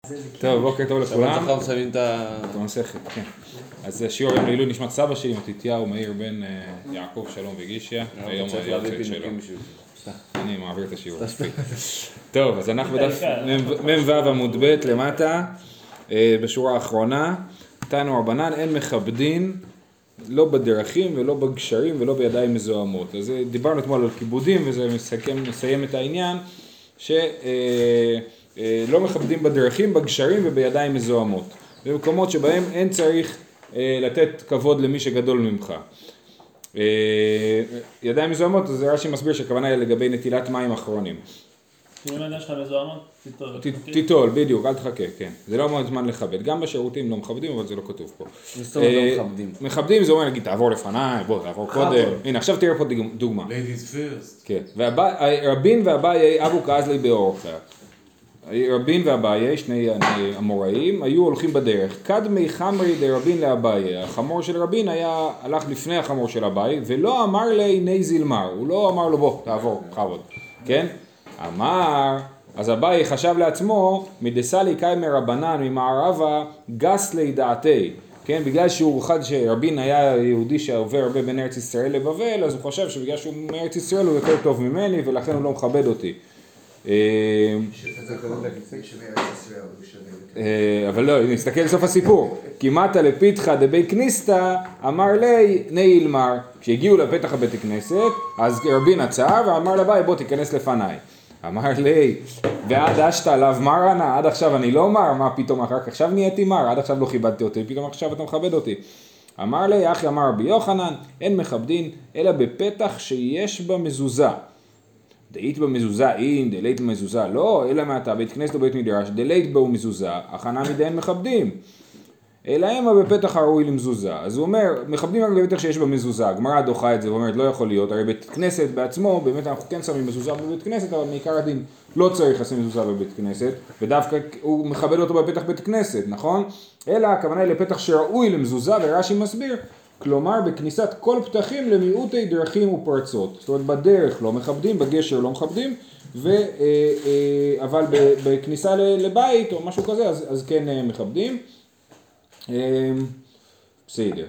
טוב, בוקר טוב לכולם. עכשיו מסיימים את המסכת, כן. אז שיעור היום לעילוי נשמת סבא שלי, מתתיהו מאיר בן יעקב שלום וגישיה. היום היועצת שלו. אני מעביר את השיעור. טוב, אז אנחנו בדף מ"ו עמוד ב' למטה, בשורה האחרונה. תנו רבנן, אין מכבדין, לא בדרכים ולא בגשרים ולא בידיים מזוהמות. אז דיברנו אתמול על כיבודים, וזה מסיים את העניין, לא מכבדים בדרכים, בגשרים ובידיים מזוהמות. במקומות שבהם אין צריך לתת כבוד למי שגדול ממך. ידיים מזוהמות, זה רש"י מסביר שהכוונה היא לגבי נטילת מים אחרונים. אם הידיים שלך מזוהמות, תיטול, בדיוק, אל תחכה, כן. זה לא מאוד זמן לכבד. גם בשירותים לא מכבדים, אבל זה לא כתוב פה. זאת אומרת לא מכבדים. מכבדים זה אומר, נגיד, תעבור לפניי, בוא, תעבור קודם. הנה, עכשיו תראה פה דוגמה. Ladies first. כן. רבין ואביי אבו כעזלי באורחיה. רבין ואביי, שני המוראים, היו הולכים בדרך. קדמי חמרי דרבין לאביי. החמור של רבין הלך לפני החמור של אביי, ולא אמר לעיני זילמר. הוא לא אמר לו, בוא, תעבור, חבוד. כן? אמר, אז אביי חשב לעצמו, מדסלי קאי מרבנן ממערבה גס לידעתי. כן? בגלל שהוא חד שרבין היה יהודי שעובר הרבה בין ארץ ישראל לבבל, אז הוא חושב שבגלל שהוא מארץ ישראל הוא יותר טוב ממני, ולכן הוא לא מכבד אותי. אבל לא, נסתכל לסוף הסיפור. כמעט לפיתחה דבי כניסתא אמר לי נאי אלמר. כשהגיעו לפתח הבית הכנסת, אז רבין עצר ואמר לבית בוא תיכנס לפניי. אמר לי, ועד אשתה עליו מרנה, עד עכשיו אני לא מר, מה פתאום אחר כך עכשיו נהייתי מר, עד עכשיו לא כיבדתי אותי, פתאום עכשיו אתה מכבד אותי. אמר לי, אחי אמר רבי יוחנן, אין מכבדין אלא בפתח שיש בה מזוזה. דאית במזוזה אין, דלית במזוזה לא, אלא מעתה בית כנסת או בית מדרש, דלית בו מזוזה, הכנה מדיין מכבדים. אלא המה בפתח הראוי למזוזה. אז הוא אומר, מכבדים רק בפתח שיש במזוזה. הגמרא דוחה את זה ואומרת, לא יכול להיות. הרי בית כנסת בעצמו, באמת אנחנו כן שמים מזוזה בבית כנסת, אבל מעיקר הדין לא צריך לשים מזוזה בבית כנסת, ודווקא הוא מכבד אותו בפתח בית כנסת, נכון? אלא הכוונה היא לפתח שראוי למזוזה, ורש"י מסביר, כלומר בכניסת כל פתחים למיעוטי דרכים ופרצות. זאת אומרת, בדרך לא מכבדים, בגשר לא מכבדים, אבל בכניסה לבית או משהו כזה, אז כן מכבדים. בסדר.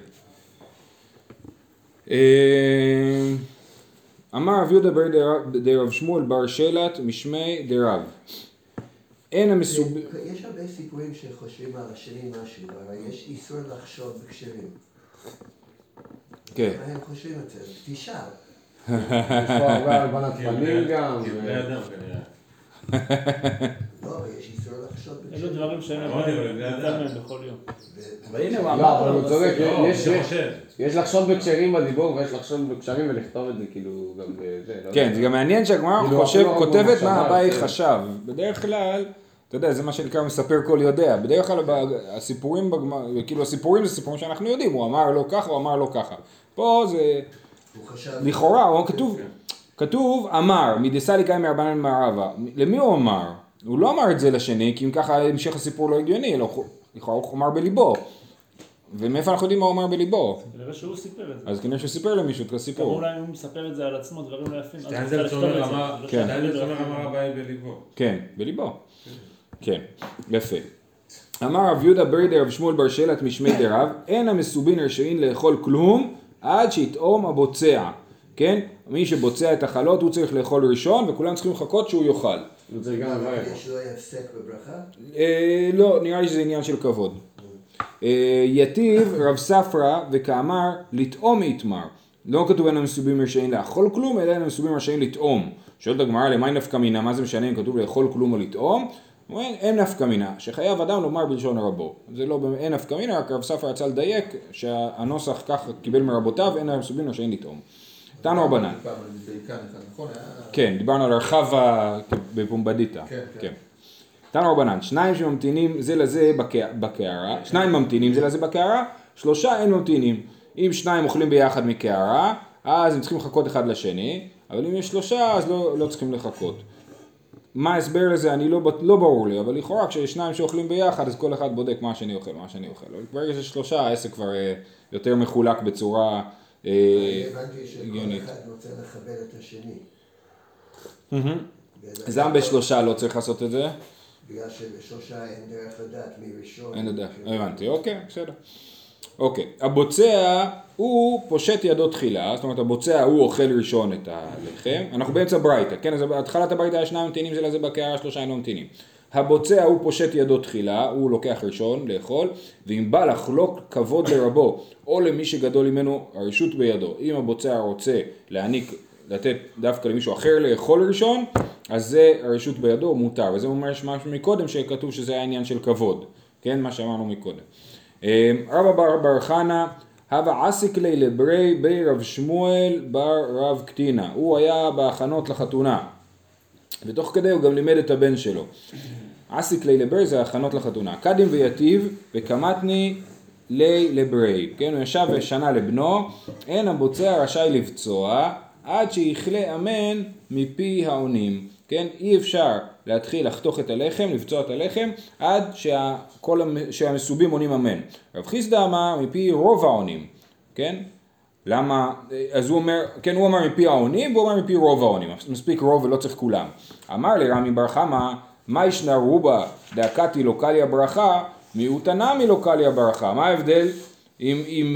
אמר רב יהודה בר דרב שמואל בר שלט משמי דרב. אין המסובר... יש הרבה סיפורים שחושבים על השני משהו, אבל יש איסור לחשוב בקשרים. כן. הם חושבים את זה, תשאל. יש פה הרבה הלבנת פנים גם. כבני אדם כנראה. לא, יש איסור לחשוב בקשרים. אלו דברים שהם בכל יום. והנה הוא אמר, אבל הוא צודק, יש לחשוב בקשרים בדיבור ויש לחשוב בקשרים ולכתוב את זה כאילו גם זה. כן, זה גם מעניין שהגמרא כותבת מה אביי חשב. בדרך כלל, אתה יודע, זה מה שנקרא מספר כל יודע. בדרך כלל הסיפורים, כאילו הסיפורים זה סיפורים שאנחנו יודעים, הוא אמר לא ככה, הוא אמר לא ככה. פה זה לכאורה, כתוב אמר, מדסלי קאי מרבנן ממערבה. למי הוא אמר? הוא לא אמר את זה לשני, כי אם ככה המשך הסיפור לא הגיוני, לכאורה הוא אמר בליבו. ומאיפה אנחנו יודעים מה הוא אמר בליבו? כנראה שהוא סיפר את זה. אז כנראה שהוא סיפר למישהו את הסיפור. אולי הוא מספר את זה על עצמו, דברים לא יפים. שטיינזלד אמר אביי בליבו. כן, בליבו. כן, יפה. אמר רב יהודה בר דרב שמואל בר שלט משמי דרב, אין המסובין רשאין לאכול כלום עד שיטעום הבוצע. כן? מי שבוצע את החלות הוא צריך לאכול ראשון וכולם צריכים לחכות שהוא יאכל. יש לו הפסק בברכה? לא, נראה לי שזה עניין של כבוד. יתיב רב ספרא וכאמר לטעום יתמר. לא כתוב אין המסובים רשאין לאכול כלום, אלא אין המסובים רשאין לטעום. שואלת הגמרא למי נפקא מינה, מה זה משנה אם כתוב לאכול כלום או לטעום? אין נפקא מינה, שחייב אדם לומר בלשון רבו. זה לא, אין נפקא מינה, רק רב ספרא רצה לדייק שהנוסח כך קיבל מרבותיו, אין המסובים רשאין לטעום. תנו רבנן. כן, דיברנו על הרחבה בפומבדיתא. כן. תנו רבנן, שניים שממתינים זה לזה בקערה, שניים ממתינים זה לזה בקערה, שלושה אין ממתינים. אם שניים אוכלים ביחד מקערה, אז הם צריכים לחכות אחד לשני, אבל אם יש שלושה אז לא צריכים לחכות. מה ההסבר לזה? אני לא ברור לי, אבל לכאורה כשיש שניים שאוכלים ביחד אז כל אחד בודק מה שאני אוכל. ברגע שיש שלושה העסק כבר יותר מחולק בצורה הבנתי שכל אחד רוצה לכבד את השני. אז למה בשלושה לא צריך לעשות את זה? בגלל שבשלושה אין דרך לדעת מי ראשון. אין לדעת, הבנתי, אוקיי, בסדר. אוקיי, הבוצע הוא פושט ידו תחילה, זאת אומרת הבוצע הוא אוכל ראשון את הלחם, אנחנו באמצע ברייתא, כן, אז בהתחלת הברייתא היה 2 ממתינים זה לזה בקערה, 3 אינו ממתינים. הבוצע הוא פושט ידו תחילה, הוא לוקח ראשון לאכול, ואם בא לחלוק כבוד לרבו, או למי שגדול ממנו הרשות בידו, אם הבוצע רוצה לתת דווקא למישהו אחר לאכול ראשון, אז זה הרשות בידו מותר, וזה אומר משהו מקודם שכתוב שזה היה עניין של כבוד, כן, מה שאמרנו מקודם. רבא בר חנא, הווה עסיק לי לברי בי רב שמואל בר רב קטינה, הוא היה בהכנות לחתונה, ותוך כדי הוא גם לימד את הבן שלו. עסיק לי לברי זה הכנות לחתונה, קדים ויתיב וקמתני לי לברי, כן, הוא ישב ושנה לבנו, אין הבוצע רשאי לבצוע, עד שיכלה אמן מפי העונים, כן, אי אפשר להתחיל לחתוך את הלחם, לבצוע את הלחם, עד שהמסובים עונים אמן. רב חיסדא אמר מפי רוב העונים, כן, למה, אז הוא אומר, כן, הוא אמר מפי העונים, והוא אמר מפי רוב העונים, מספיק רוב ולא צריך כולם. אמר לרמי בר חמא, מה ישנה רובה דאקתי לוקליה ברכה, מיעוטה נמי לוקליה ברכה, מה ההבדל אם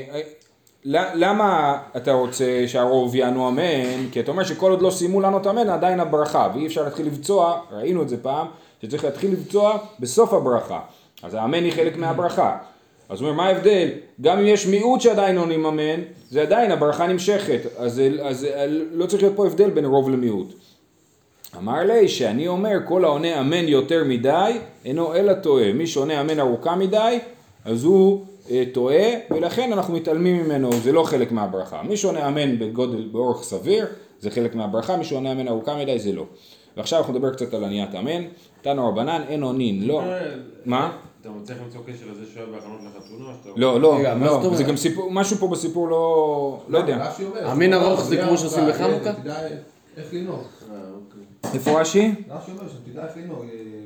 למה אתה רוצה שהרוב יענו אמן? כי אתה אומר שכל עוד לא סיימו לענות אמן עדיין הברכה, ואי אפשר להתחיל לבצוע, ראינו את זה פעם, שצריך להתחיל לבצוע בסוף הברכה, אז האמן היא חלק מהברכה. אז הוא אומר, מה ההבדל? גם אם יש מיעוט שעדיין עונים אמן, זה עדיין הברכה נמשכת, אז לא צריך להיות פה הבדל בין רוב למיעוט. אמר לי שאני אומר כל העונה אמן יותר מדי אינו אלא טועה, מי שעונה אמן ארוכה מדי אז הוא טועה, ולכן אנחנו מתעלמים ממנו, זה לא חלק מהברכה. מי שעונה אמן באורך סביר זה חלק מהברכה, מי שעונה אמן ארוכה מדי זה לא. ועכשיו אנחנו נדבר קצת על עניית אמן. תנו רבנן אין עונין, לא. מה? אתה מצליח למצוא קשר לזה שהוא היה בהכנות לחתונה? לא, זה גם סיפור, משהו פה בסיפור לא יודע. אמן ארוך זה כמו שעושים בחנוכה? תדע איך לנהוג. איפה רש"י? רש"י אומר שתדע איך לנהוג.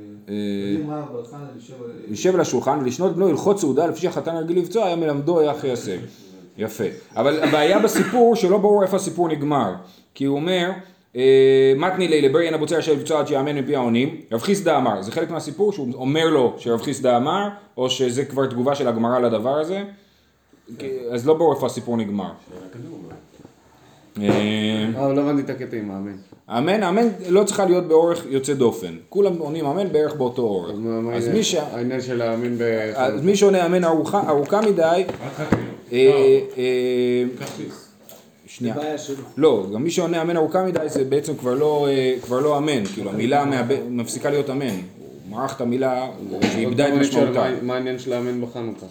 יושב על השולחן ולשנות בנו הלכות סעודה לפי שהחתן רגיל לבצוע היה מלמדו היה אחי יעשה. יפה. אבל הבעיה בסיפור שלא ברור איפה הסיפור נגמר. כי הוא אומר מתני לי לברי אין הבוצע רשאי לבצוע עד שיאמן מפי העונים. רב חיסדא אמר, זה חלק מהסיפור שהוא אומר לו שרב חיסדא אמר או שזה כבר תגובה של הגמרא לדבר הזה. אז לא ברור איפה הסיפור נגמר. לא הבנתי את הקטע עם האמן. האמן לא צריכה להיות באורך יוצא דופן. כולם עונים האמן בערך באותו אורך. אז העניין של האמן אז מי שעונה האמן ארוכה מדי, שנייה. לא, גם מי שעונה האמן ארוכה מדי זה בעצם כבר לא אמן, כאילו המילה מפסיקה להיות אמן. הוא מערך את המילה שאיבדה את משמעותה. מה העניין של האמן בחנוכה?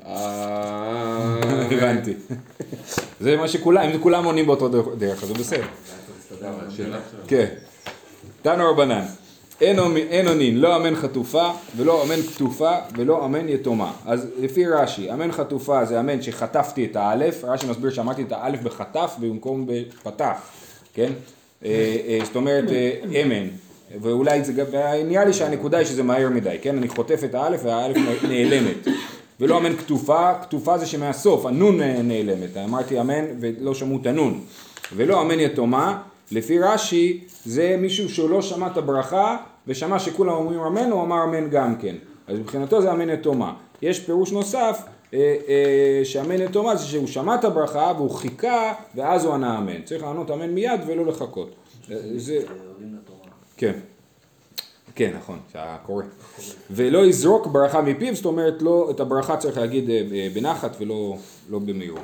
הבנתי. זה מה שכולם, אם כולם עונים באותו דרך, אז זה בסדר. כן. תנו רבנן, אין עונין, לא אמן חטופה ולא אמן כתופה ולא אמן יתומה. אז לפי רש"י, אמן חטופה זה אמן שחטפתי את האלף, רש"י מסביר שאמרתי את האלף בחטף במקום בפתח, כן? זאת אומרת אמן, ואולי זה גם, נראה לי שהנקודה היא שזה מהר מדי, כן? אני חוטף את האלף והאלף נעלמת. ולא אמן כתופה, כתופה זה שמהסוף, הנון נעלמת, אמרתי אמן ולא שמעו את הנון. ולא אמן יתומה, לפי רש"י זה מישהו שהוא לא שמע את הברכה ושמע שכולם אומרים אמן, הוא אמר אמן גם כן. אז מבחינתו זה אמן יתומה. יש פירוש נוסף שאמן יתומה זה שהוא שמע את הברכה והוא חיכה ואז הוא ענה אמן. צריך לענות אמן מיד ולא לחכות. זה כן. כן, נכון, שהקורא. ולא יזרוק ברכה מפיו, זאת אומרת לא, את הברכה צריך להגיד בנחת ולא במהירות.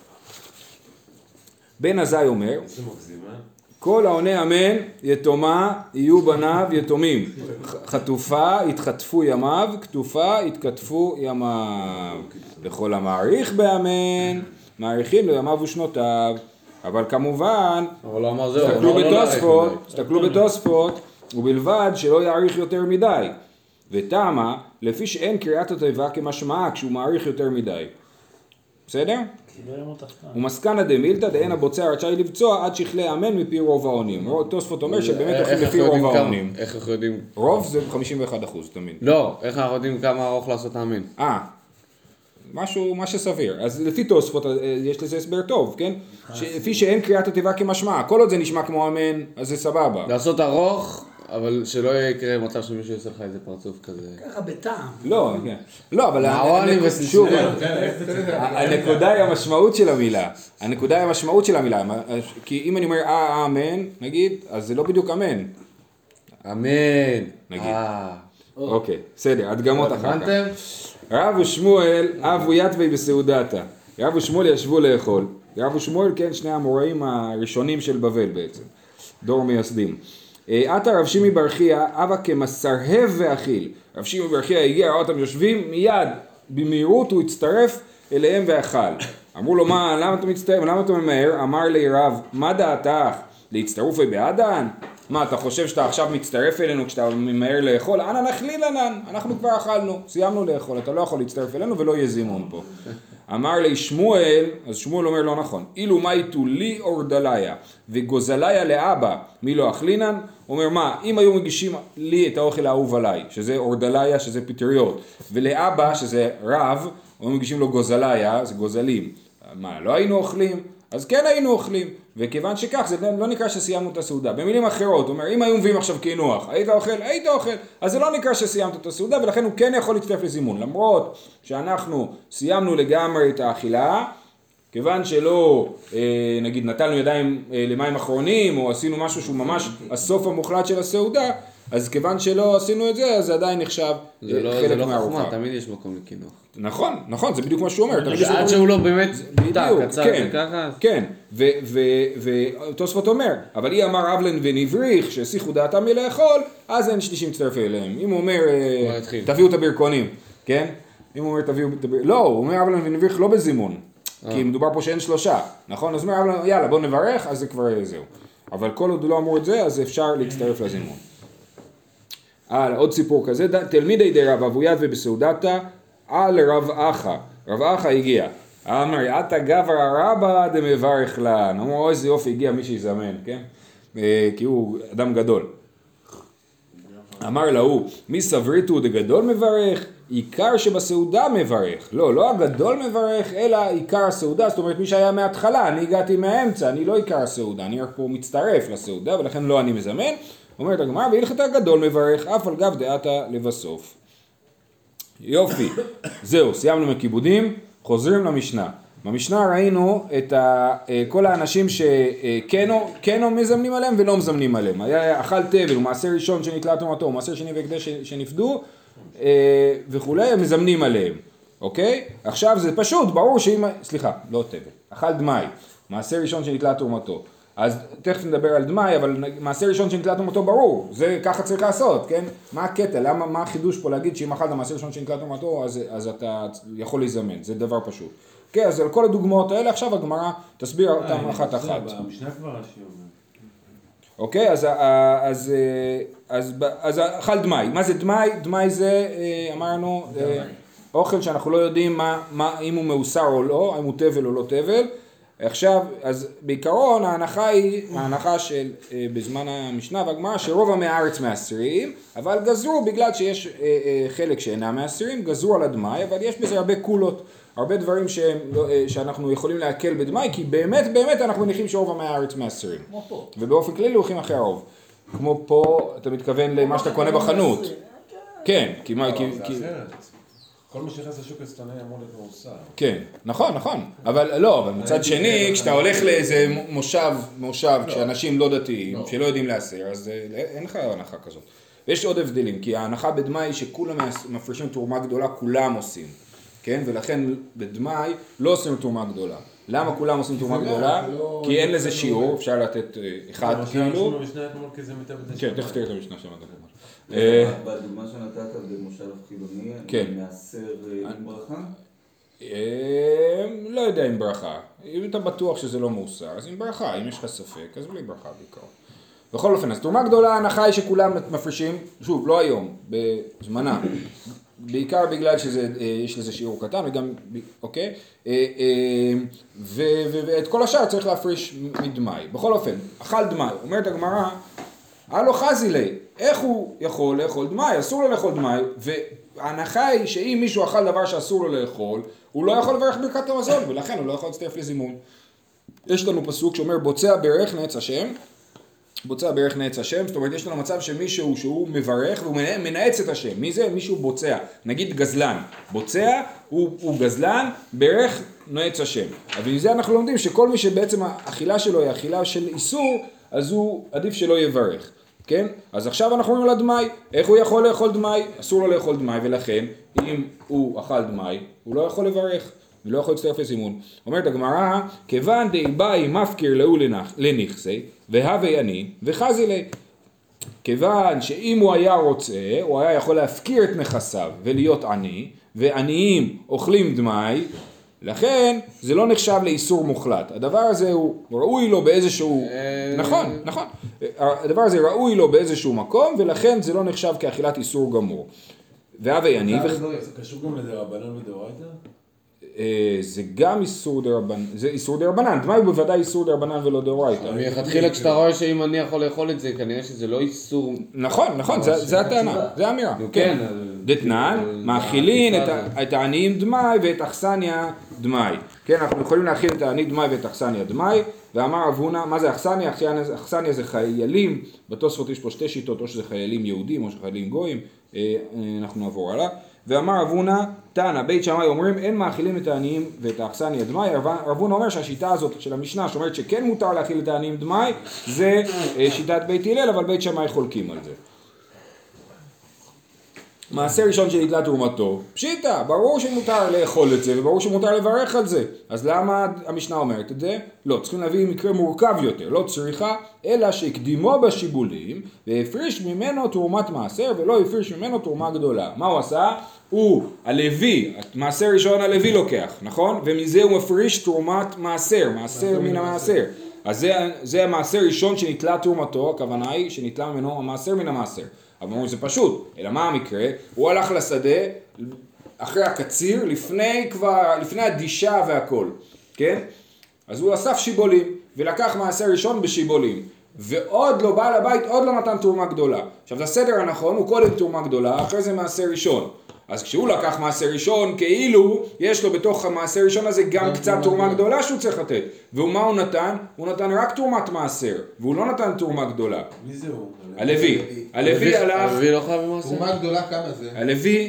בן עזאי אומר, כל העונה אמן יתומה יהיו בניו יתומים, חטופה יתחטפו ימיו, כתופה יתכתפו ימיו. לכל המעריך באמן, מעריכים לו ימיו ושנותיו. אבל כמובן, תסתכלו בתוספות, ובלבד שלא יעריך יותר מדי. ותמה, לפי שאין קריאת התיבה כמשמעה כשהוא מעריך יותר מדי. בסדר? ומסקנא דמילתא דאין הבוצע רשאי לבצוע עד שיכלה אמן מפי רוב העונים. תוספות אומר שבאמת הולכים לפי רוב העונים. איך אנחנו יודעים? רוב זה 51% תמיד. לא, איך אנחנו יודעים כמה ארוך לעשות האמן? מה שסביר. אז לפי תוספות יש לזה הסבר טוב, כן? לפי שאין קריאת התיבה כמשמעה. כל עוד זה נשמע כמו אמן, אז זה סבבה. לעשות ארוך, אבל שלא יקרה מצב שמישהו יעשה לך איזה פרצוף כזה. ככה בטעם. לא, כן. לא, אבל מעוני שוב, וסיסוי. הנקודה היא המשמעות של המילה. הנקודה היא המשמעות של המילה. כי אם אני אומר אמן, נגיד, אז זה לא בדיוק אמן. אמן. נגיד. אוקיי, בסדר, הדגמות אחר כך. הבנתם? רב ושמואל אבו יתבי בסעודתה. רב ושמואל ישבו לאכול. רב ושמואל, כן, שני המוראים הראשונים של בבל בעצם. דור מייסדים. עתה רב שימי ברכיה אבא כמסרהב ואכיל. רב שימי ברכיה הגיע, ראה אותם יושבים, מיד במהירות הוא הצטרף אליהם ואכל. אמרו לו, מה, למה אתה מצטרף? למה אתה ממהר? אמר לי רב, מה דעתך? להצטרופי בעדן? מה, אתה חושב שאתה עכשיו מצטרף אלינו כשאתה ממהר לאכול? אנא נחליל ענן, אנחנו כבר אכלנו, סיימנו לאכול, אתה לא יכול להצטרף אלינו ולא יהיה זימון פה. אמר לי שמואל, אז שמואל אומר לא נכון, אילו מה איתו לי אורדליה וגוזליה לאבא, מי לא אכלינן? אומר מה, אם היו מגישים לי את האוכל האהוב עליי, שזה אורדליה, שזה פטריות, ולאבא, שזה רב, או מגישים לו גוזליה, זה גוזלים, מה, לא היינו אוכלים? אז כן היינו אוכלים, וכיוון שכך זה לא נקרא שסיימנו את הסעודה. במילים אחרות, הוא אומר, אם היו מביאים עכשיו קינוח, היית אוכל, היית אוכל, אז זה לא נקרא שסיימת את הסעודה, ולכן הוא כן יכול להצטרף לזימון. למרות שאנחנו סיימנו לגמרי את האכילה, כיוון שלא, נגיד, נטלנו ידיים למים אחרונים, או עשינו משהו שהוא ממש הסוף המוחלט של הסעודה, אז כיוון שלא עשינו את זה, אז זה עדיין נחשב חלק מהארוחה. זה לא חוכמה, תמיד יש מקום לקינוח. נכון, זה בדיוק מה שהוא אומר. עד שהוא לא באמת קצר כן, וככה. כן, ותוספות אומר, אבל היא אמר אבלן ונבריך שהסיחו דעתם מלאכול, אז אין שלישים מצטרף אליהם. אם הוא אומר, תביאו את הבירקונים, כן? אם הוא אומר תביאו את הבירקונים, לא, הוא אומר אבלן ונבריך לא בזימון, כי מדובר פה שאין שלושה, נכון? אז הוא אומר אבלן, יאללה בוא נברך, אז זה כבר זהו. אבל כל עוד לא אמרו את זה, אז אפשר להצטרף לזימון. עוד סיפור כזה, תלמידי די רב אבויד ובסעודתה, לרב אחא, רב אחא הגיע, אמר, אתה גבר רבא דמברך לן, אמרו, איזה יופי, הגיע מי שיזמן, כן? כי הוא אדם גדול. אמר להוא, מי סבריתו דגדול מברך, עיקר שבסעודה מברך, לא הגדול מברך, אלא עיקר הסעודה, זאת אומרת מי שהיה מההתחלה, אני הגעתי מהאמצע, אני לא עיקר הסעודה, אני רק פה מצטרף לסעודה, ולכן לא אני מזמן, אומרת הגמרא, והלכת הגדול מברך, אף על גב דעתה לבסוף. יופי, זהו, סיימנו מכיבודים, חוזרים למשנה. במשנה ראינו את כל האנשים שכן מזמנים עליהם ולא מזמנים עליהם. היה אכל תבל, הוא מעשר ראשון שנתלה תרומתו, הוא מעשר שני והקדש שנפדו וכולי, הם מזמנים עליהם. אוקיי? עכשיו זה פשוט, ברור שאם, סליחה, לא תבל, אכל דמי, מעשר ראשון שנתלה תרומתו. אז תכף נדבר על דמי, אבל מעשר ראשון שנתלתם אותו ברור, זה ככה צריך לעשות, כן? מה הקטע? מה החידוש פה להגיד שאם אכלת מעשר ראשון שנתלתם אותו, אז אתה יכול להזמן, זה דבר פשוט. כן, אז על כל הדוגמאות האלה, עכשיו הגמרא תסביר אותם אחת אחת. במשנה כבר רש"י אומר. אוקיי, אז אכל דמי. מה זה דמי? דמי זה, אמרנו, אוכל שאנחנו לא יודעים אם הוא מאוסר או לא, אם הוא תבל או לא תבל. עכשיו, אז בעיקרון ההנחה של בזמן המשנה והגמרא שרוב עמי הארץ מאסרים, אבל גזרו בגלל שיש חלק שאינם מאסרים, גזרו על הדמי, אבל יש בזה הרבה קולות, הרבה דברים שאנחנו יכולים להקל בדמי, כי באמת אנחנו מניחים שרוב עמי הארץ מאסרים. כמו פה. ובאופן כללי הולכים אחרי הרוב. כמו פה, אתה מתכוון למה שאתה קונה בחנות. כן, כי מה, כל מה שנכנס לשוק הסיטונאי אמור להיות מאוסר. כן, נכון, אבל לא, אבל מצד שני, כשאתה הולך לאיזה מושב, כשאנשים לא דתיים, שלא יודעים לאסר, אז אין לך הנחה כזאת. ויש עוד הבדלים, כי ההנחה בדמי היא שכולם מפרישים תרומה גדולה, כולם עושים, כן? ולכן בדמי לא עושים תרומה גדולה. למה כולם עושים תרומה גדולה? כי אין לזה שיעור, אפשר לתת אחד כאילו. כן, תכף תראה את המשנה שם. בדוגמה שנתת במושב חילוני, מעשר עם ברכה? לא יודע עם ברכה. אם אתה בטוח שזה לא מאוסר, אז עם ברכה. אם יש לך ספק, אז בלי ברכה בעיקר. בכל אופן, אז תרומה גדולה, ההנחה היא שכולם מפרישים, שוב, לא היום, בזמנה. בעיקר בגלל שיש לזה שיעור קטן וגם, אוקיי? ואת כל השאר צריך להפריש מדמי. בכל אופן, אכל דמי, אומרת הגמרא, הלו חזי לי, איך הוא יכול לאכול דמי? אסור לו לאכול דמי, וההנחה היא שאם מישהו אכל דבר שאסור לו לאכול, הוא לא יכול לברך ברכת המזון, ולכן הוא לא יכול להצטרף לזימון. יש לנו פסוק שאומר, בוצע ברך נץ השם, בוצע בערך נעץ השם, זאת אומרת יש לנו מצב שמישהו שהוא מברך והוא מנעץ את השם. מי זה? מישהו בוצע, נגיד גזלן. בוצע הוא גזלן, בערך נעץ השם. אבל מזה אנחנו לומדים שכל מי שבעצם האכילה שלו היא אכילה של איסור, אז הוא עדיף שלא יברך. כן? אז עכשיו אנחנו אומרים לדמאי, איך הוא יכול לאכול דמאי? אסור לו לאכול דמאי, ולכן אם הוא אכל דמאי, הוא לא יכול לברך. ולא יכול להצטרף לסימון. אומרת הגמרא, כיוון דאיבאי מפקיר לאו לנכסי, והווי אני, וחזי לי. כיוון שאם הוא היה רוצה, הוא היה יכול להפקיר את נכסיו ולהיות עני, ועניים אוכלים דמאי, לכן זה לא נחשב לאיסור מוחלט. הדבר הזה הוא ראוי לו באיזשהו... נכון. הדבר הזה ראוי לו באיזשהו מקום, ולכן זה לא נחשב כאכילת איסור גמור. והווי אני... זה קשור גם לדרבנן ודאורייתא? זה גם איסור דרבנן, זה איסור דרבנן, דמאי הוא בוודאי איסור דרבנן ולא דאורייתא. מלכתחילה כשאתה רואה שאם אני יכול לאכול את זה, כנראה שזה לא איסור... נכון, זה הטענה, זה האמירה. כן. דתנן, מאכילין את העניים דמאי ואת אכסניה דמאי. כן, אנחנו יכולים להכיל את העני דמאי ואת אכסניה דמאי, ואמר רב הונא, מה זה אכסניה? אכסניה זה חיילים, בתוספות יש פה שתי שיטות, או שזה חיילים יהודים או שחיילים גויים, אנחנו נעבור הלאה. ואמר רב הונא, תנא, בית שמאי אומרים אין מאכילים את העניים ואת האכסניה דמאי. רב הונא אומר שהשיטה הזאת של המשנה שאומרת שכן מותר להאכיל את העניים דמאי, זה שיטת בית הלל, אבל בית שמאי חולקים על זה. מעשה ראשון שנתלה תרומתו, פשיטא, ברור שמותר לאכול את זה וברור שמותר לברך על זה. אז למה המשנה אומרת את זה? לא, צריכים להביא מקרה מורכב יותר, לא צריכה, אלא שהקדימו בשיבולים והפריש ממנו תרומת מעשר ולא הפריש ממנו תרומה גדולה. מה הוא עשה? הוא, הלוי, מעשר ראשון הלוי לוקח, נכון? ומזה הוא מפריש תרומת מעשר, מעשר מן המעשר. אז זה המעשר ראשון שנתלה תרומתו, הכוונה היא שנתלה ממנו המעשר מן המעשר. אבל זה פשוט, אלא מה המקרה? הוא הלך לשדה אחרי הקציר, לפני הדישה והכל, כן? אז הוא אסף שיבולים, ולקח מעשר ראשון בשיבולים, ועוד לא בעל הבית, עוד לא נתן תרומה גדולה. עכשיו, זה הסדר הנכון, הוא קודם תרומה גדולה, אחרי זה מעשר ראשון. אז כשהוא לקח מעשר ראשון, כאילו יש לו בתוך המעשר ראשון הזה גם קצת תרומה גדולה שהוא צריך לתת. ומה הוא נתן? הוא נתן רק תרומת מעשר, והוא לא נתן תרומה גדולה. מי זה הוא? הלוי הלך... הלוי לא חייב במעשר? תרומה גדולה כמה זה? הלוי...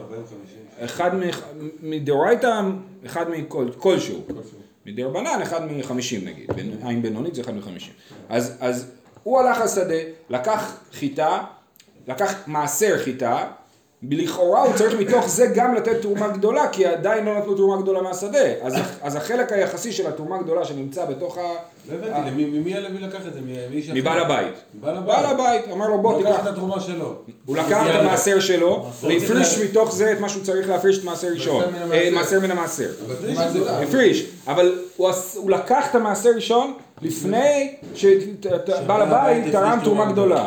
אחד מדאורייתא, אחד מכלשהו. מדרבנן, אחד מ50 נגיד. עין בינונית זה אחד מ50. אז הוא הלך לשדה, לקח חיטה, לקח מעשר חיטה, לכאורה הוא צריך מתוך זה גם לתת תרומה גדולה, כי עדיין לא נתנו תרומה גדולה מהשדה. אז החלק היחסי של התרומה גדולה שנמצא בתוך לא הבנתי, ממי הלוי לקח את זה? מבעל הבית. בעל הבית, אמר לו בוא תיקח את התרומה שלו. הוא לקח את המעשר שלו, והפריש מתוך זה את מה שהוא צריך להפריש את מעשר ראשון. מעשר מן המעשר. הפריש, אבל הוא לקח את המעשר ראשון לפני שבעל הבית תרם תרומה גדולה.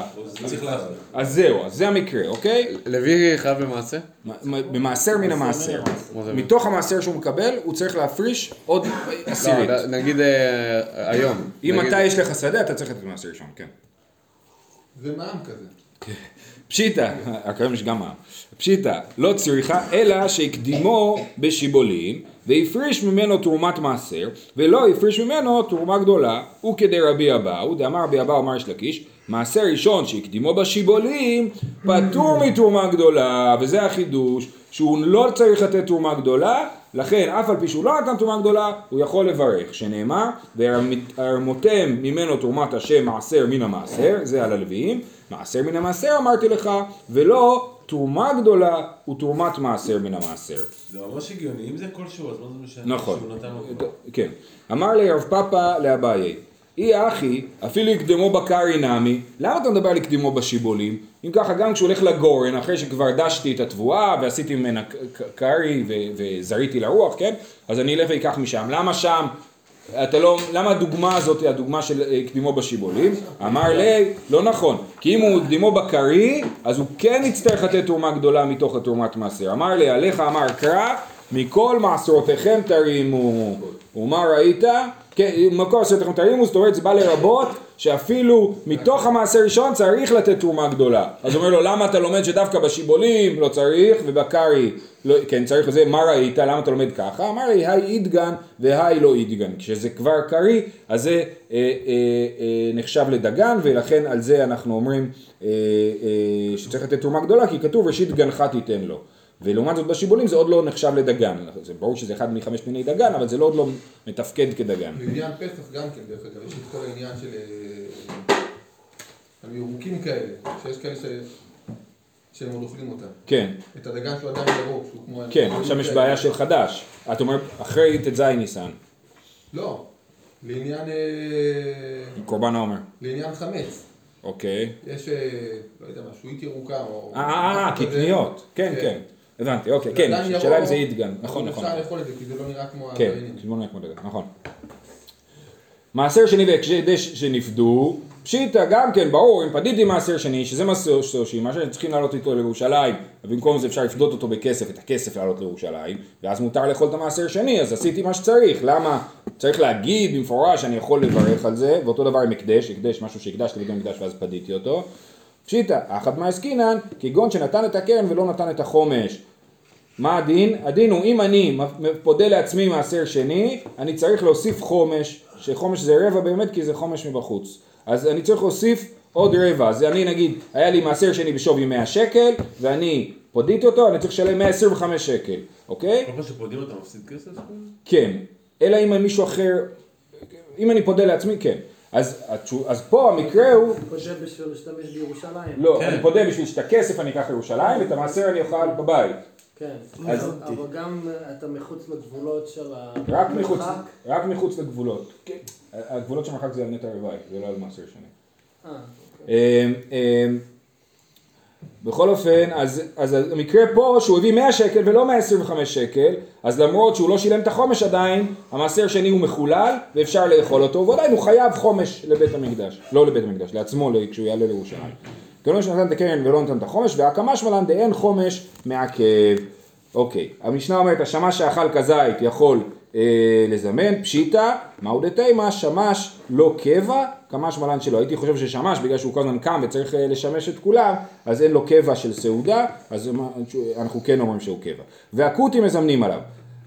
אז זהו, אז זה המקרה, אוקיי? לוי חייב במעשר? במעשר מן המעשר. מתוך המעשר שהוא מקבל, הוא צריך להפריש עוד עשירית. נגיד היום. אם אתה יש לך שדה, אתה צריך לתת מעשר ראשון, כן. זה מע"מ כזה. פשיטא, הקרם יש גם מע"מ. פשיטא, לא צריכה, אלא שהקדימו בשיבולים, והפריש ממנו תרומת מעשר, ולא הפריש ממנו תרומה גדולה, הוא כדי רבי אבאו, דאמר רבי אבאו אמר יש לקיש, מעשר ראשון שהקדימו בשיבולים, פטור מתרומה גדולה, וזה החידוש, שהוא לא צריך לתת תרומה גדולה, לכן אף על פי שהוא לא נתן תרומה גדולה, הוא יכול לברך, שנאמר, והרמותם ממנו תרומת השם מעשר מן המעשר, זה על הלוויים, מעשר מן המעשר אמרתי לך, ולא תרומה גדולה ותרומת מעשר מן המעשר. זה ממש הגיוני, אם זה כלשהו, אז מה זה משנה? נכון, שהוא נתן לו? כן. אמר לי רב פאפא לאביי, אי אחי, אפילו יקדמו בקרי נמי, למה אתה מדבר על יקדמו בשיבולים? אם ככה גם כשהוא הולך לגורן, אחרי שכבר דשתי את התבואה ועשיתי ממנה קרי וזריתי לרוח, כן? אז אני אלך ויקח משם. למה שם? למה הדוגמה הזאת היא הדוגמה של קדימו בשיבולים? אמר לי, לא נכון, כי אם הוא קדימו בקרי, אז הוא כן יצטרך לתת תרומה גדולה מתוך התרומת מעשר. אמר לי, עליך אמר קרא, מכל מעשרותיכם תרימו. ומה ראית? כן, מכל מעשרותיכם תרימו, זאת אומרת זה בא לרבות שאפילו מתוך המעשר ראשון צריך לתת תרומה גדולה. אז הוא אומר לו, למה אתה לומד שדווקא בשיבולים לא צריך ובקרי לא, כן צריך לזה, מה ראית? למה אתה לומד ככה? אמר לי, היי אידגן והי לא אידגן. כשזה כבר קרי, אז זה נחשב לדגן, ולכן על זה אנחנו אומרים שצריך לתת תרומה גדולה, כי כתוב ראשית גנך תיתן לו. ולעומת זאת בשיבולים זה עוד לא נחשב לדגן. זה ברור שזה אחד מחמש מיני דגן, אבל זה עוד לא מתפקד כדגן. בעניין פסח גם כן, דרך אגב, יש את כל העניין של ירוקים כאלה, שיש כאלה שהם עוד אוכלים אותם. כן. את הדגן שהוא עדיין ירוק, שהוא כמו... כן, עכשיו יש בעיה של חדש. את אומרת, אחרי ט"ז ניסן. לא, לעניין... קורבן העומר. לעניין חמץ. אוקיי. יש, לא יודע מה, שועית ירוקה או... קטניות. כן, כן. הבנתי, אוקיי. כן, שאלה אם זה ידגן. נכון, נכון. אפשר לאכול את זה, כי זה לא נראה כמו... כן, זה לא נראה כמו דגן, נכון. מעשר שני והקדש שנפדו, פשיטה גם כן, ברור, אם פדיתי מעשר שני, שזה מעשר שלישי, מה שצריכים לעלות איתו לירושלים, ובמקום זה אפשר לפדות אותו בכסף, את הכסף לעלות לירושלים, ואז מותר לאכול את המעשר שני, אז עשיתי מה שצריך, למה? צריך להגיד במפורש שאני יכול לברך על זה, ואותו דבר עם הקדש, משהו שהקדשתי בגלל מקדש ואז פדיתי אותו. פשיטה, אחת מהעסקינן, כגון שנתן את הקרן ולא נתן את החומש. מה הדין? הדין הוא אם אני פודה לעצמי מעשר שני, אני צריך להוסיף חומש, שחומש זה רבע באמת כי זה חומש מבחוץ. אז אני צריך להוסיף עוד רבע, אז אני נגיד, היה לי מעשר שני בשווי 100 שקל, ואני פודיתי אותו, אני צריך לשלם 125 שקל, אוקיי? כל פעם שפודים אתה מפסיד כסף? כן, אלא אם מישהו אחר, אם אני פודה לעצמי, כן. אז פה המקרה הוא... אתה פודה בשביל להשתמש בירושלים. לא, אני פודה בשביל שאת הכסף אני אקח לירושלים, ואת המעשר אני אוכל בבית. כן, אבל גם אתה מחוץ לגבולות של המרחק? רק מחוץ לגבולות. הגבולות של המרחק זה על נטע רבעי, זה לא על מעשר שני. בכל אופן, אז המקרה פה שהוא הביא 100 שקל ולא 125 שקל, אז למרות שהוא לא שילם את החומש עדיין, המעשר שני הוא מחולל ואפשר לאכול אותו, ועדיין הוא חייב חומש לבית המקדש, לא לבית המקדש, לעצמו כשהוא יעלה לירושלים. כלומר שנתן את הקרן ולא נתן את החומש, והקמש מלן דאין חומש מעכב. אוקיי, המשנה אומרת, השמש שאכל כזית יכול לזמן, פשיטה, מהו דתימה, שמש לא קבע, קמש מלן שלו. הייתי חושב ששמש, בגלל שהוא כל הזמן קם וצריך לשמש את כולם, אז אין לו קבע של סעודה, אז אנחנו כן אומרים שהוא קבע. והקוטים מזמנים עליו.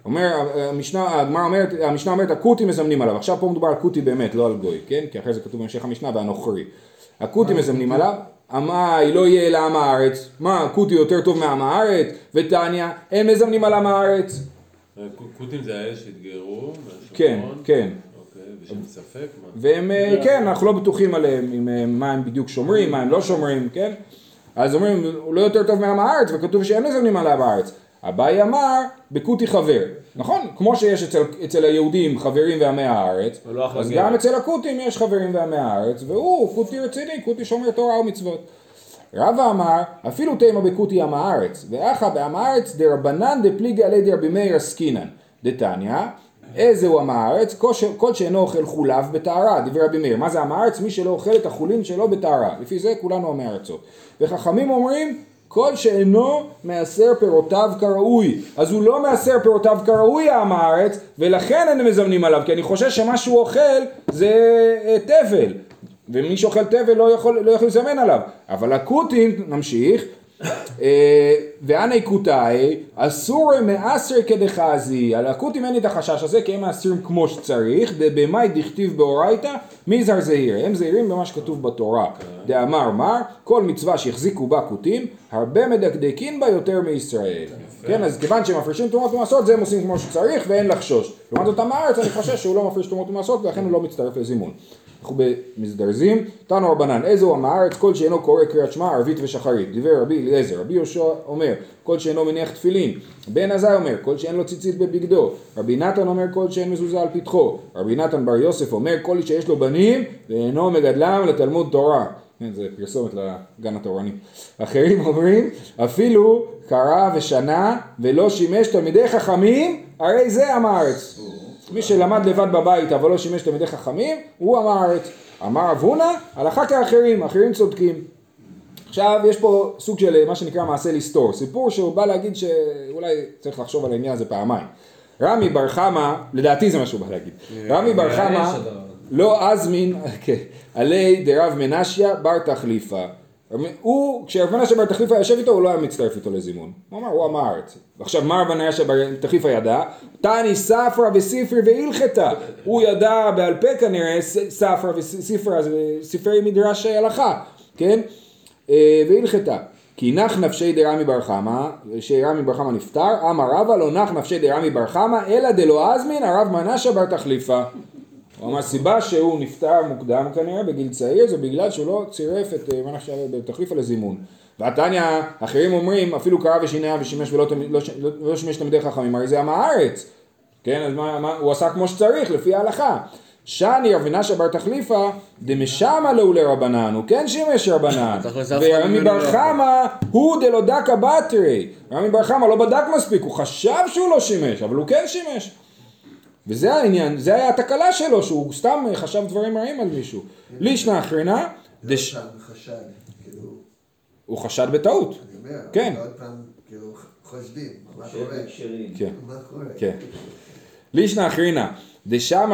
המשנה אומרת, הקוטים מזמנים עליו. עכשיו פה מדובר על קוטי באמת, לא על גוי, כן? כי אחרי זה כתוב בהמשך המשנה והנוכרי. הקוטים מזמנים עליו. אמי לא יהיה לעם הארץ, מה קוטי יותר טוב מעם הארץ, וטניה הם מזמנים על עם הארץ. קוטים זה האלה שהתגיירו? כן, כן. אוקיי, ושם ספק? והם, כן, אנחנו לא בטוחים עליהם, מה הם בדיוק שומרים, מה הם לא שומרים, כן? אז אומרים, הוא לא יותר טוב מעם הארץ, וכתוב שהם מזמנים על עם הארץ. אביי אמר, בקוטי חבר. נכון? כמו שיש אצל היהודים חברים ועמי הארץ, אז גם אצל הקוטים יש חברים ועמי הארץ, והוא קוטי רציני, קוטי שומר תורה ומצוות. רבא אמר, אפילו תימה בקוטי עם הארץ, ואחא בעם הארץ דרבנן דפליגי עלי דרבי מאיר עסקינן. דתניא, איזהו עם הארץ? כל שאינו אוכל חולב בטהרה, דבר רבי מאיר. מה זה עם הארץ? מי שלא אוכל את החולין שלו בטהרה. לפי זה כולנו עמי הארצות. וחכמים אומרים, כל שאינו מעשר פירותיו כראוי. אז הוא לא מעשר פירותיו כראוי עם הארץ, ולכן הם מזמנים עליו, כי אני חושש שמה שהוא אוכל זה תבל. ומי שאוכל תבל לא יכול לזמן עליו. אבל הקוטים, נמשיך, ואני קוטאי, אסור מעשר כדחזי. על הקוטים אין לי את החשש הזה, כי הם מעשרים כמו שצריך, במאי דכתיב באורייתא, מי זר זהיר? הם זהירים במה שכתוב בתורה. דאמר מר, כל מצווה שהחזיקו בה קוטים, הרבה מדקדקים בה יותר מישראל. כן, אז כיוון שהם מפרישים תרומות ומעשרות, זה הם עושים כמו שצריך ואין לחשוש. לעומת זאת עם הארץ, אני חושש שהוא לא מפריש תרומות ומעשרות, ולכן הוא לא מצטרף לזימון. אנחנו במזדרזים, תנו רבנן, איזו עם הארץ, כל שאינו קורא קריאת שמע, ערבית ושחרית. דיבר רבי אליעזר, רבי יהושע אומר, כל שאינו מניח תפילין. בן עזאי אומר, כל שאין לו ציצית בבגדו. רבי נתן אומר, כל שאין מזוזה על פתחו. רבי נתן בר יוסף אומר, כל שיש לו בנים, ואינו מגדלם לתלמוד תורה. זה פרסומת לגן התורני. אחרים אומרים, אפילו קרא ושנה, ולא שימש תלמידי חכמים, הרי זה עם הארץ. מי שלמד לבד בבית אבל לא שימש תלמידי חכמים, הוא עם הארץ. אמר אבונה, הלכה כאחרים, אחרים צודקים. עכשיו יש פה סוג של מה שנקרא מעשה לסתור, סיפור שהוא בא להגיד שאולי צריך לחשוב על העניין הזה פעמיים. רמי בר חמא, לדעתי זה מה שהוא בא להגיד, רמי בר חמא לא אזמין עלי דרב מנשיה בר תחליפה. כשרב מנשיה בר תחליפה יושב איתו הוא לא היה מצטרף איתו לזימון, הוא אמר את זה. ועכשיו מה רב מנשיה בר תחליפה ידע? תני ספרא וספרי והלכתה, הוא ידע בעל פה כנראה ספרא וספרא זה ספרי מדרש הלכה, כן? והלכתה, כי נח נפשי דרמי בר חמא, שרמי בר חמא נפטר, אמר רבא לא נח נפשי דרמי בר חמא, אלא דלא אזמין הרב מנשיה בר תחליפה. הוא אמר, הסיבה שהוא נפטר מוקדם כנראה בגיל צעיר, זה בגלל שהוא לא צירף את מנשיה בר תחליפה לזימון. והתניא, אחרים אומרים, אפילו קרא ושיניה ושימש ולא שימש תלמידי חכמים, הרי זה עם הארץ. כן, אז הוא עשה כמו שצריך, לפי ההלכה. שני רב מנשיה בר תחליפה דמשמע לו לרבנן, הוא כן שימש רבנן, ורמי בר חמא הוא דלא דקה בתרי, רמי בר חמא לא בדק מספיק, הוא חשב שהוא לא שימש, אבל הוא כן שימש. וזה העניין, זה היה התקלה שלו, שהוא סתם חשב דברים רעים על מישהו. לישנא אחרונה, הוא חשד בטעות. כן. עוד פעם, כאילו, חושדים, מה קורה? כן. לישנא אחרונה, דשמא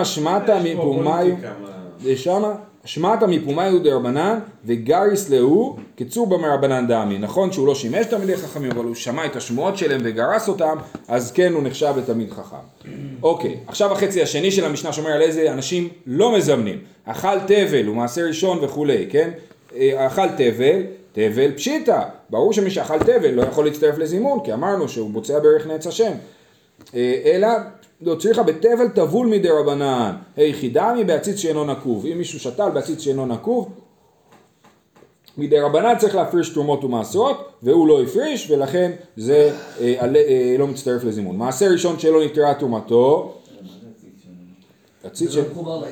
שמעתא מפומיו דרבנן וגריס להו כצור במרבנן דמי. נכון שהוא לא שימש תלמידי חכמים, אבל הוא שמע את השמועות שלהם וגרס אותם, אז כן הוא נחשב לתלמיד חכם. אוקיי, עכשיו החצי השני של המשנה שאומר על איזה אנשים לא מזמנים. אכל תבל, הוא מעשה ראשון וכולי, כן? אכל תבל פשיטה. ברור שמי שאכל תבל לא יכול להצטרף לזימון, כי אמרנו שהוא בוצע ברך נץ השם. אלא לא צריכה בתבל טבול מדי רבנן, היחידמי בעציץ שאינו נקוב. אם מישהו שתל בעציץ שאינו נקוב, מדי רבנן צריך להפריש תרומות ומעשרות, והוא לא הפריש, ולכן זה לא מצטרף לזימון. מעשה ראשון שלא נתראה תרומתו, עציץ של...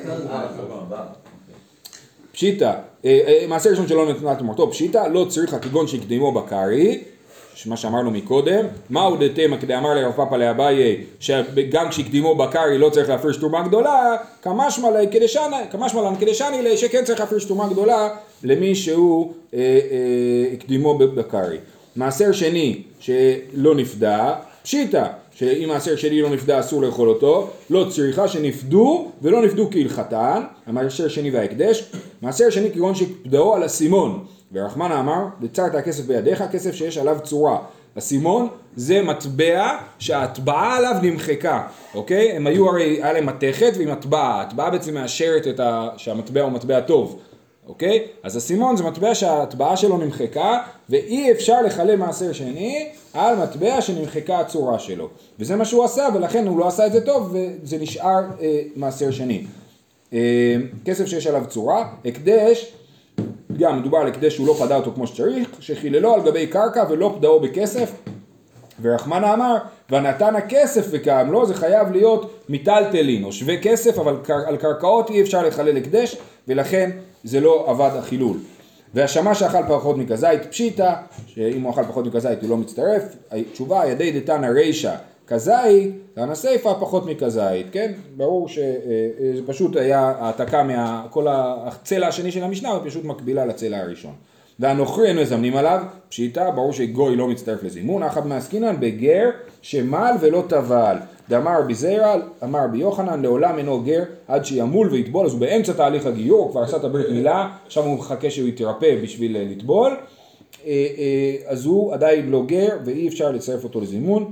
פשיטה, מעשה ראשון שלא נתראה תרומתו, פשיטה, לא צריכה כגון שהקדימו בקרי, מה שאמרנו מקודם, מהו דתמה כדי אמר לרב פאפא לאביי שגם כשהקדימו בקרי לא צריך להפריש תרומה גדולה, כמשמע לן כדשני לי שכן צריך להפריש תרומה גדולה למי שהוא הקדימו בקרי. מעשר שני שלא נפדה, פשיטה שאם מעשר שני לא נפדה אסור לאכול אותו, לא צריכה שנפדו ולא נפדו כהלכתן, המעשר שני וההקדש. מעשר שני כגון שפדאו על הסימון, ורחמנה אמר, בצרת הכסף בידיך, כסף שיש עליו צורה. הסימון זה מטבע שההטבעה עליו נמחקה, אוקיי? הם היו הרי, היה להם מתכת ועם הטבעה, ההטבעה בעצם מאשרת שהמטבע הוא מטבע טוב, אוקיי? אז הסימון זה מטבע שההטבעה שלו נמחקה, ואי אפשר לחלל מעשר שני על מטבע שנמחקה הצורה שלו. וזה מה שהוא עשה, ולכן הוא לא עשה את זה טוב, וזה נשאר מעשר שני. כסף שיש עליו צורה, הקדש, גם מדובר על הקדש שהוא לא פדה אותו כמו שצריך, שחיללו על גבי קרקע ולא פדאו בכסף, ורחמנה אמר, ונתן הכסף וקם לו, זה חייב להיות מיטלטלין, או שווה כסף, אבל על קרקעות אי אפשר לחלל הקדש, ולכן זה לא עבד החילול. והשמע שאכל פחות מכזית פשיטה, שאם הוא אכל פחות מכזית הוא לא מצטרף, התשובה, ידי דתנא רישא, כזית, תנא סיפא פחות מכזית, כן? ברור שזה פשוט היה העתקה כל הצלע השני של המשנה, ופשוט מקבילה לצלע הראשון. והנוכרי אין מזמנים עליו, פשיטה, ברור שגוי לא מצטרף לזימון, אחת מעסקינן בגר שמל ולא טבל. דאמר רבי זיירא, אמר רבי יוחנן, לעולם אינו גר עד שימול ויטבול, אז הוא באמצע תהליך הגיור, הוא כבר עשה את הברית מילה, עכשיו הוא מחכה שהוא יתרפא בשביל לטבול, אז הוא עדיין לא גר ואי אפשר לצרף אותו לזימון,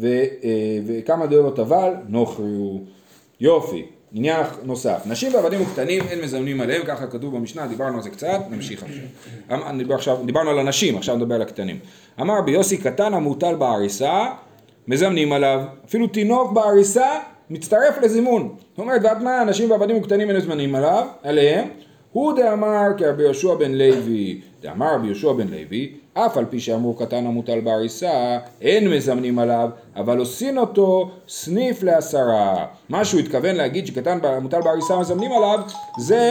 וכמה דעות טבל, נוכרי הוא. יופי, עניין נוסף. נשים ועבדים וקטנים אין מזמנים עליהם, ככה כתוב במשנה, דיברנו על זה קצת, נמשיך עכשיו. דיברנו על הנשים, עכשיו נדבר על הקטנים. אמר ביוסי קטן המוטל בעריסה, מזמנים עליו, אפילו תינוק בעריסה מצטרף לזימון. זאת אומרת, ועד מה אנשים ועבדים וקטנים אין מזמנים עליהם, הוא דאמר כרבי יהושע בן לוי, דאמר רבי יהושע בן לוי, אף על פי שאמרו קטן המוטל בעריסה, אין מזמנים עליו, אבל עושים אותו סניף לעשרה. מה שהוא התכוון להגיד שקטן המוטל בעריסה מזמנים עליו, זה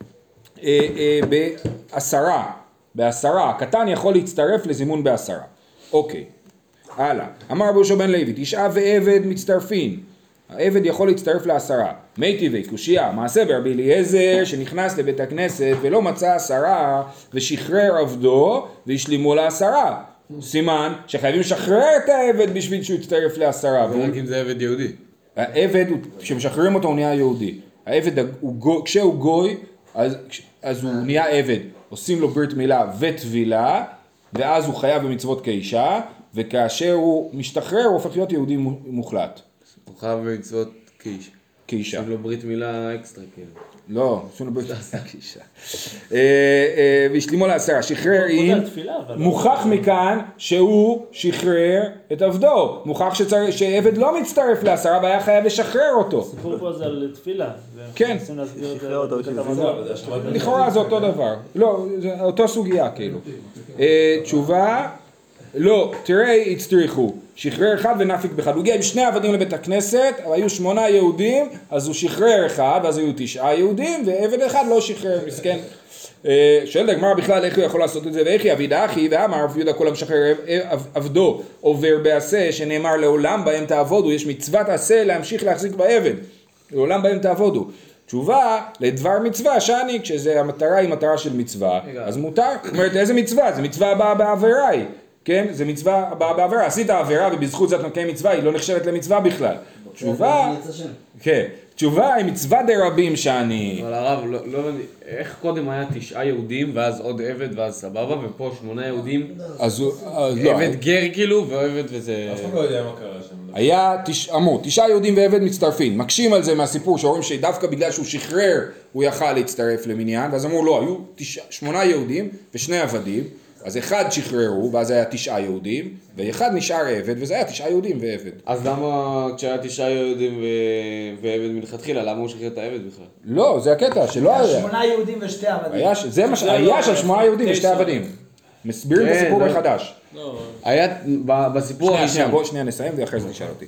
בעשרה. קטן יכול להצטרף לזימון בעשרה. אוקיי, הלאה. אמר רבי יהושע בן לוי, 9 ועבד מצטרפין. העבד יכול להצטרף לעשרה. מי טבעי קושייה, מעשה ברבי אליעזר שנכנס לבית הכנסת ולא מצא עשרה ושחרר עבדו והשלימו לעשרה. סימן שחייבים לשחרר את העבד בשביל שהוא יצטרף לעשרה. רק אם זה עבד יהודי. העבד, כשמשחררים אותו הוא נהיה יהודי. העבד, כשהוא גוי, אז הוא נהיה עבד. עושים לו ברית מילה וטבילה, ואז הוא חייב במצוות כאישה, וכאשר הוא משתחרר הוא הופך להיות יהודי מוחלט. הוא חייב במצוות כאישה. עושים לו ברית מילה אקסטרה כאילו. לא, עושים לו ברית מילה כאישה. והשלימו לעשרה, שחרר עם, מוכח מכאן שהוא שחרר את עבדו. מוכח שעבד לא מצטרף לעשרה והיה חייב לשחרר אותו. הסיפור פה זה על תפילה. כן. לכאורה זה אותו דבר. לא, זה אותו סוגיה כאילו. תשובה, לא, תראה הצטריכו, שחרר אחד ונפיק באחד. הוא הגיע עם 2 עבדים לבית הכנסת, אבל היו 8 יהודים, אז הוא שחרר אחד, ואז היו 9 יהודים, ועבד אחד לא שחרר, מסכן. שואלת הגמרא בכלל איך הוא יכול לעשות את זה, ואיך יעביד אחי, ואמר רב יהודה כל המשחרר עבדו עובר בעשה, שנאמר לעולם בהם תעבודו, יש מצוות עשה להמשיך להחזיק בעבד, לעולם בהם תעבודו. תשובה לדבר מצווה שאני, כשזה המטרה היא מטרה של מצווה, אז מותר. זאת אומרת, איזה מצווה? זה מצווה הבאה בעבירה היא. כן? זה מצווה הבאה בעבירה. עשית עבירה ובזכות זאת מקיים מצווה, היא לא נחשבת למצווה בכלל. תשובה, כן. תשובה היא מצווה דרבים שאני. אבל הרב, לא הבנתי, איך קודם היה 9 יהודים ואז עוד עבד ואז סבבה, ופה 8 יהודים? אז עבד גר כאילו, ועבד וזה... אף אחד לא יודע מה קרה שם. היה, אמרו, 9 יהודים ועבד מצטרפים. מקשים על זה מהסיפור שאומרים שדווקא בגלל שהוא שחרר הוא יכל להצטרף למניין, ואז אמרו לא, היו 8 יהודים ו2 עבדים, אז אחד שחררו ואז היה 9 יהודים, ואחד נשאר עבד וזה היה 9 יהודים ועבד. אז למה כשהיה 9 יהודים ועבד מלכתחילה, למה הוא שחרר את העבד בכלל? לא, זה הקטע שלא היה. 8 יהודים ו2 עבדים. היה של 8 יהודים ו2 עבדים. מסבירים את הסיפור מחדש. היה בסיפור הראשון. בוא שנייה נסיים ואחרי זה תשאל אותי.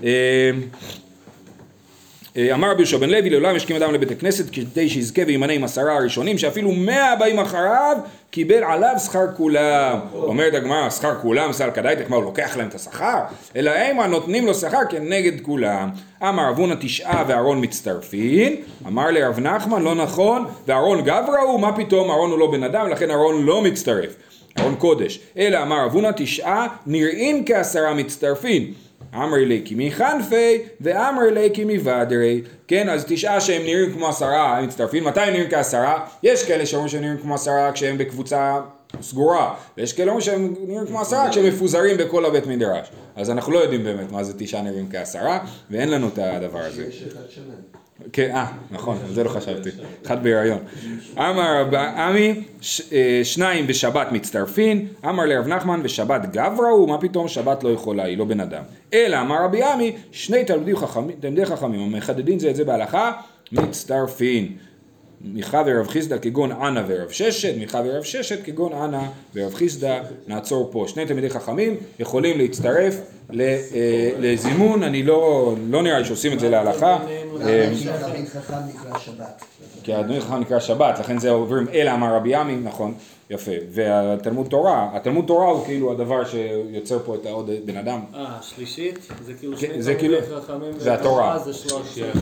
אמר רבי יהושע בן לוי, לעולם ישכים אדם לבית הכנסת כדי שיזכה וימנה עם 10 הראשונים, שאפילו 100 הבאים אחריו קיבל עליו שכר כולם. אומרת הגמרא, שכר כולם, סל כדאיתך, מה הוא לוקח להם את השכר? אלא הם נותנים לו שכר כנגד כולם. אמר רב הונא 9 ואהרון מצטרפין, אמר לרב נחמן לא נכון, ואהרון גברא הוא, מה פתאום, אהרון הוא לא בן אדם, לכן אהרון לא מצטרף, אהרון קודש. אלא אמר רב הונא 9 נראים כ10 מצטרפין. אמרי לי כי מחנפי ואמרי לי כי מבדרי. כן, אז 9 שהם נראים כמו 10 הם מצטרפים. מתי הם נראים כ10? יש כאלה שאומרים שהם נראים כמו 10 כשהם בקבוצה סגורה, ויש כאלה אומרים שהם נראים כמו 10 כשהם מפוזרים בכל הבית מדרש. אז אנחנו לא יודעים באמת מה זה 9 נראים כ10, ואין לנו את הדבר הזה. יש אחד שנה. כן, נכון, על זה לא חשבתי. 1 בהיריון. אמר רב עמי, 2 בשבת מצטרפין, אמר לרב נחמן ושבת גברא הוא, מה פתאום שבת לא יכולה, היא לא בן אדם. אלא אמר רבי עמי, 2 תלמידי חכמים, המחדדים זה את זה בהלכה, מצטרפין. מיכה ורב חיסדא כגון ענה ורב ששת, מיכה ורב ששת כגון ענה ורב חיסדא. נעצור פה. 2 תלמידי חכמים יכולים להצטרף לזימון, אני לא נראה לי שעושים את זה להלכה. כי התלמיד חכם נקרא שבת. כי התלמיד חכם נקרא שבת, לכן זה עוברים אלא אמר רבי עמי, נכון, יפה. והתלמוד תורה, התלמוד תורה הוא כאילו הדבר שיוצר פה את העוד בן אדם. שלישית? זה כאילו זה כאילו, זה התורה. זה 3.